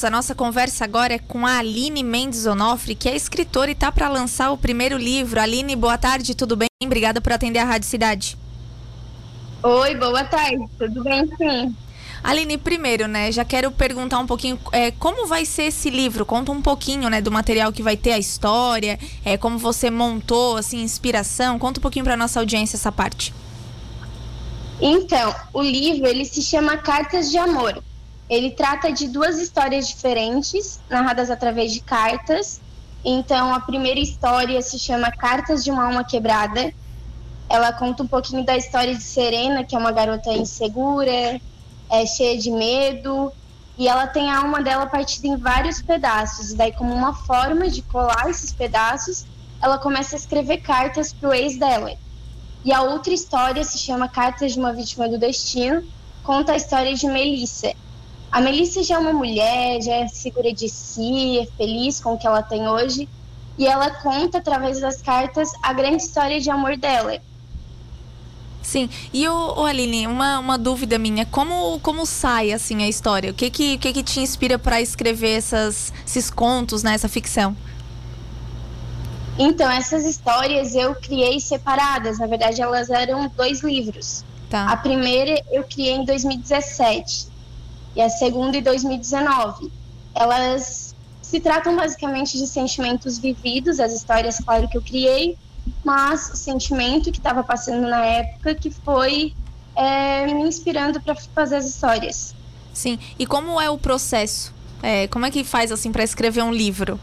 a nossa conversa agora é com a Aline Mendes Onofre, que é escritora e está para lançar o primeiro livro. Aline, boa tarde, tudo bem? Obrigada por atender a Rádio Cidade. Oi, boa tarde, tudo bem, sim. Aline, primeiro, né, já quero perguntar um pouquinho como vai ser esse livro. Conta um pouquinho, né, do material que vai ter, a história, como você montou, assim, inspiração. Conta um pouquinho para nossa audiência essa parte. Então, o livro, ele se chama Cartas de Amor. Ele trata de duas histórias diferentes, narradas através de cartas. Então, a primeira história se chama Cartas de uma Alma Quebrada. Ela conta um pouquinho da história de Serena, que é uma garota insegura, cheia de medo, e ela tem a alma dela partida em vários pedaços. E daí, como uma forma de colar esses pedaços, ela começa a escrever cartas para o ex dela. E a outra história se chama Cartas de uma Vítima do Destino, conta a história de Melissa. A Melissa já é uma mulher, já é segura de si, é feliz com o que ela tem hoje, e ela conta, através das cartas, a grande história de amor dela. Sim, e Aline, uma dúvida minha, como sai, assim, a história? O que te inspira para escrever esses contos, né, essa ficção? Então, essas histórias eu criei separadas. Na verdade, elas eram 2 livros. Tá. A primeira eu criei em 2017 e a segunda em 2019. Elas se tratam basicamente de sentimentos vividos, as histórias, claro, que eu criei, mas o sentimento que estava passando na época que foi me inspirando para fazer as histórias. Sim, e como é o processo? Como é que faz, assim, para escrever um livro?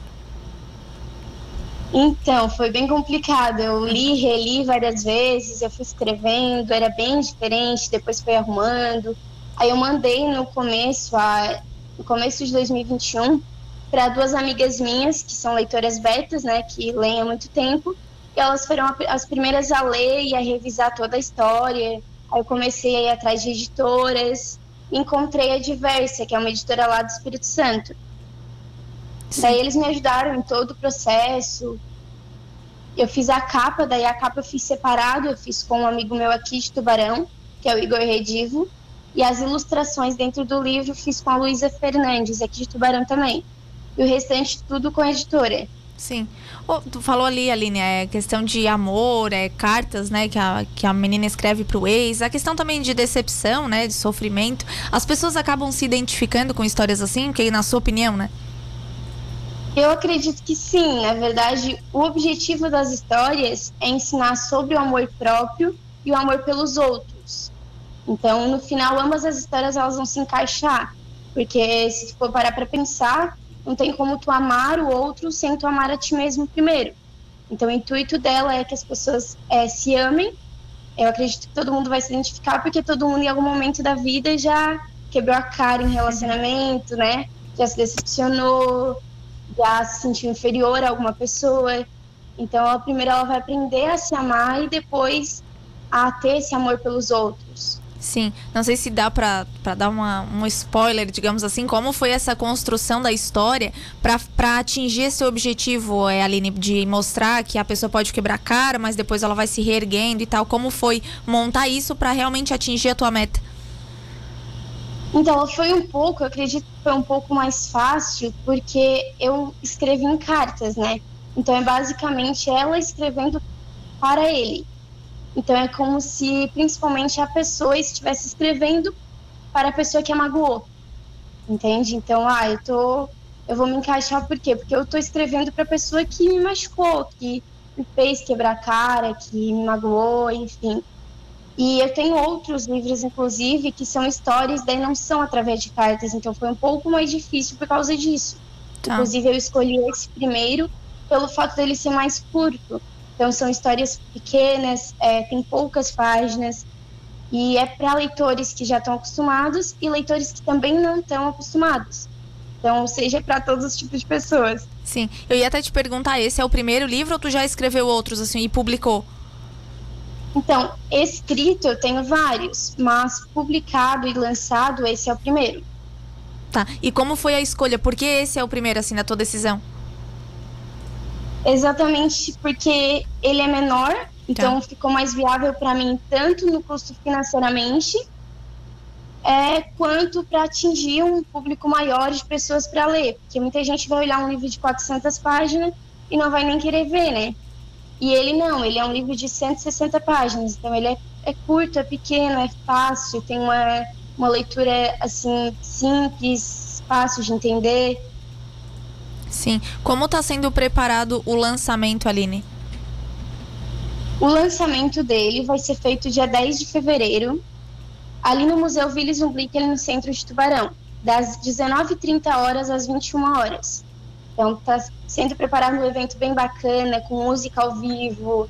Então, foi bem complicado. Eu li, reli várias vezes, eu fui escrevendo, era bem diferente, depois foi arrumando. Aí eu mandei no começo de 2021, para 2 amigas minhas, que são leitoras betas, né, que leem há muito tempo, e elas foram as primeiras a ler e a revisar toda a história. Aí eu comecei a ir atrás de editoras, encontrei a Diversa, que é uma editora lá do Espírito Santo. Sim. Daí eles me ajudaram em todo o processo. Eu fiz a capa, daí a capa eu fiz separado, eu fiz com um amigo meu aqui de Tubarão, que é o Igor Redivo, e as ilustrações dentro do livro fiz com a Luísa Fernandes, aqui de Tubarão também. E o restante tudo com a editora. Sim. Tu falou ali, Aline, questão de amor, cartas, né, que a menina escreve pro ex, a questão também de decepção, né, de sofrimento. As pessoas acabam se identificando com histórias assim, que na sua opinião, né? Eu acredito que sim. Na verdade, o objetivo das histórias é ensinar sobre o amor próprio e o amor pelos outros. Então, no final, ambas as histórias elas vão se encaixar, porque se tu for parar para pensar, não tem como tu amar o outro sem tu amar a ti mesmo primeiro. Então, o intuito dela é que as pessoas se amem. Eu acredito que todo mundo vai se identificar, porque todo mundo em algum momento da vida já quebrou a cara em relacionamento, né? Já se decepcionou, já se sentiu inferior a alguma pessoa. Então, primeiro ela vai aprender a se amar e depois a ter esse amor pelos outros. Sim, não sei se dá pra dar um spoiler, digamos assim, como foi essa construção da história pra atingir esse objetivo, Aline, de mostrar que a pessoa pode quebrar a cara, mas depois ela vai se reerguendo e tal. Como foi montar isso pra realmente atingir a tua meta? Então, eu acredito que foi um pouco mais fácil, porque eu escrevi em cartas, né? Então, é basicamente ela escrevendo para ele. Então, é como se, principalmente, a pessoa estivesse escrevendo para a pessoa que a magoou. Entende? Então, eu vou me encaixar por quê? Porque eu estou escrevendo para a pessoa que me machucou, que me fez quebrar a cara, que me magoou, enfim. E eu tenho outros livros, inclusive, que são histórias, daí não são através de cartas, então foi um pouco mais difícil por causa disso. Tá. Inclusive, eu escolhi esse primeiro pelo fato dele ser mais curto. Então, são histórias pequenas, tem poucas páginas, e é para leitores que já estão acostumados e leitores que também não estão acostumados. Então, seja para todos os tipos de pessoas. Sim, eu ia até te perguntar, esse é o primeiro livro ou tu já escreveu outros, assim, e publicou? Então, escrito eu tenho vários, mas publicado e lançado, esse é o primeiro. Tá, e como foi a escolha? Por que esse é o primeiro, assim, na tua decisão? Exatamente porque ele é menor, então ficou mais viável para mim, tanto no custo financeiramente, quanto para atingir um público maior de pessoas para ler, porque muita gente vai olhar um livro de 400 páginas e não vai nem querer ver, né? E ele não, ele é um livro de 160 páginas, então ele é curto, é pequeno, é fácil, tem uma leitura, assim, simples, fácil de entender. Sim. Como está sendo preparado o lançamento, Aline? O lançamento dele vai ser feito dia 10 de fevereiro, ali no Museu Willis Unglicken, no centro de Tubarão, das 19h30 às 21h. Então, está sendo preparado um evento bem bacana, com música ao vivo,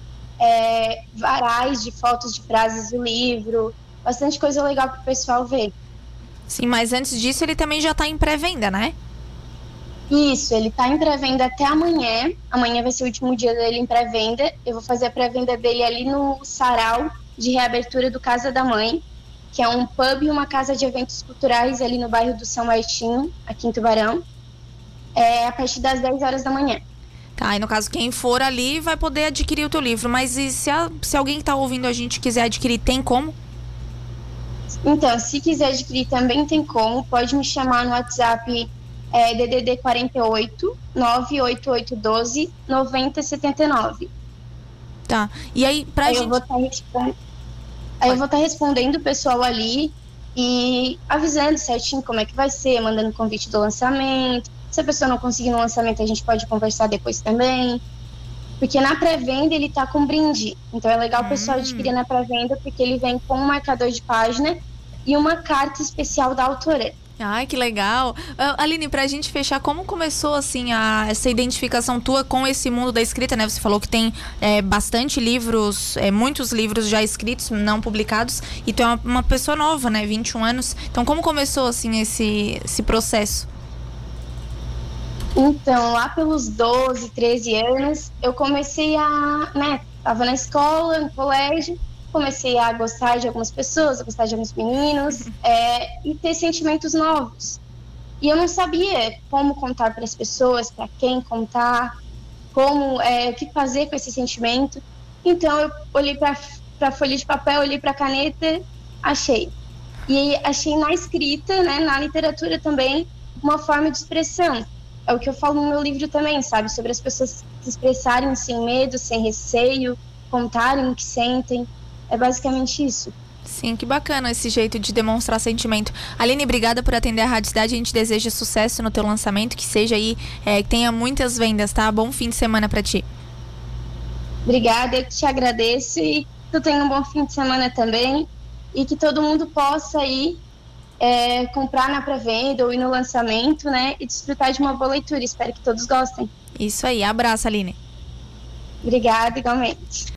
varais de fotos de frases do livro, bastante coisa legal para o pessoal ver. Sim, mas antes disso ele também já está em pré-venda, né? Isso, ele está em pré-venda até amanhã. Amanhã vai ser o último dia dele em pré-venda. Eu vou fazer a pré-venda dele ali no Sarau de reabertura do Casa da Mãe, que é um pub e uma casa de eventos culturais ali no bairro do São Martinho, aqui em Tubarão, a partir das 10h da manhã. Tá, e no caso, quem for ali vai poder adquirir o teu livro. Mas e se alguém que está ouvindo a gente quiser adquirir, tem como? Então, se quiser adquirir também tem como. Pode me chamar no WhatsApp DDD 48 98812 9079. Tá, e aí pra aí gente... eu vou estar respondendo o pessoal ali e avisando certinho como é que vai ser, mandando convite do lançamento. Se a pessoa não conseguir no lançamento, a gente pode conversar depois também. Porque na pré-venda ele tá com brinde. Então é legal o pessoal adquirir na pré-venda, porque ele vem com um marcador de página e uma carta especial da autora. Ai, que legal. Aline, pra gente fechar, como começou, assim, essa identificação tua com esse mundo da escrita, né? Você falou que tem bastante livros, muitos livros já escritos, não publicados, e tu é uma pessoa nova, né? 21 anos. Então, como começou, assim, esse processo? Então, lá pelos 12, 13 anos, eu comecei tava na escola, no colégio, comecei a gostar de algumas pessoas, a gostar de alguns meninos, e ter sentimentos novos. E eu não sabia como contar para as pessoas, para quem contar, o que fazer com esse sentimento. Então eu olhei para a folha de papel, olhei para a caneta, achei. E achei na escrita, né, na literatura também, uma forma de expressão. É o que eu falo no meu livro também, sabe? Sobre as pessoas se expressarem sem medo, sem receio, contarem o que sentem. É basicamente isso. Sim, que bacana esse jeito de demonstrar sentimento. Aline, obrigada por atender a Rádio Cidade. A gente deseja sucesso no teu lançamento, que seja aí, que tenha muitas vendas, tá? Bom fim de semana pra ti. Obrigada, eu te agradeço e tu tenha um bom fim de semana também. E que todo mundo possa aí comprar na pré-venda ou ir no lançamento, né? E desfrutar de uma boa leitura. Espero que todos gostem. Isso aí, abraço, Aline. Obrigada, igualmente.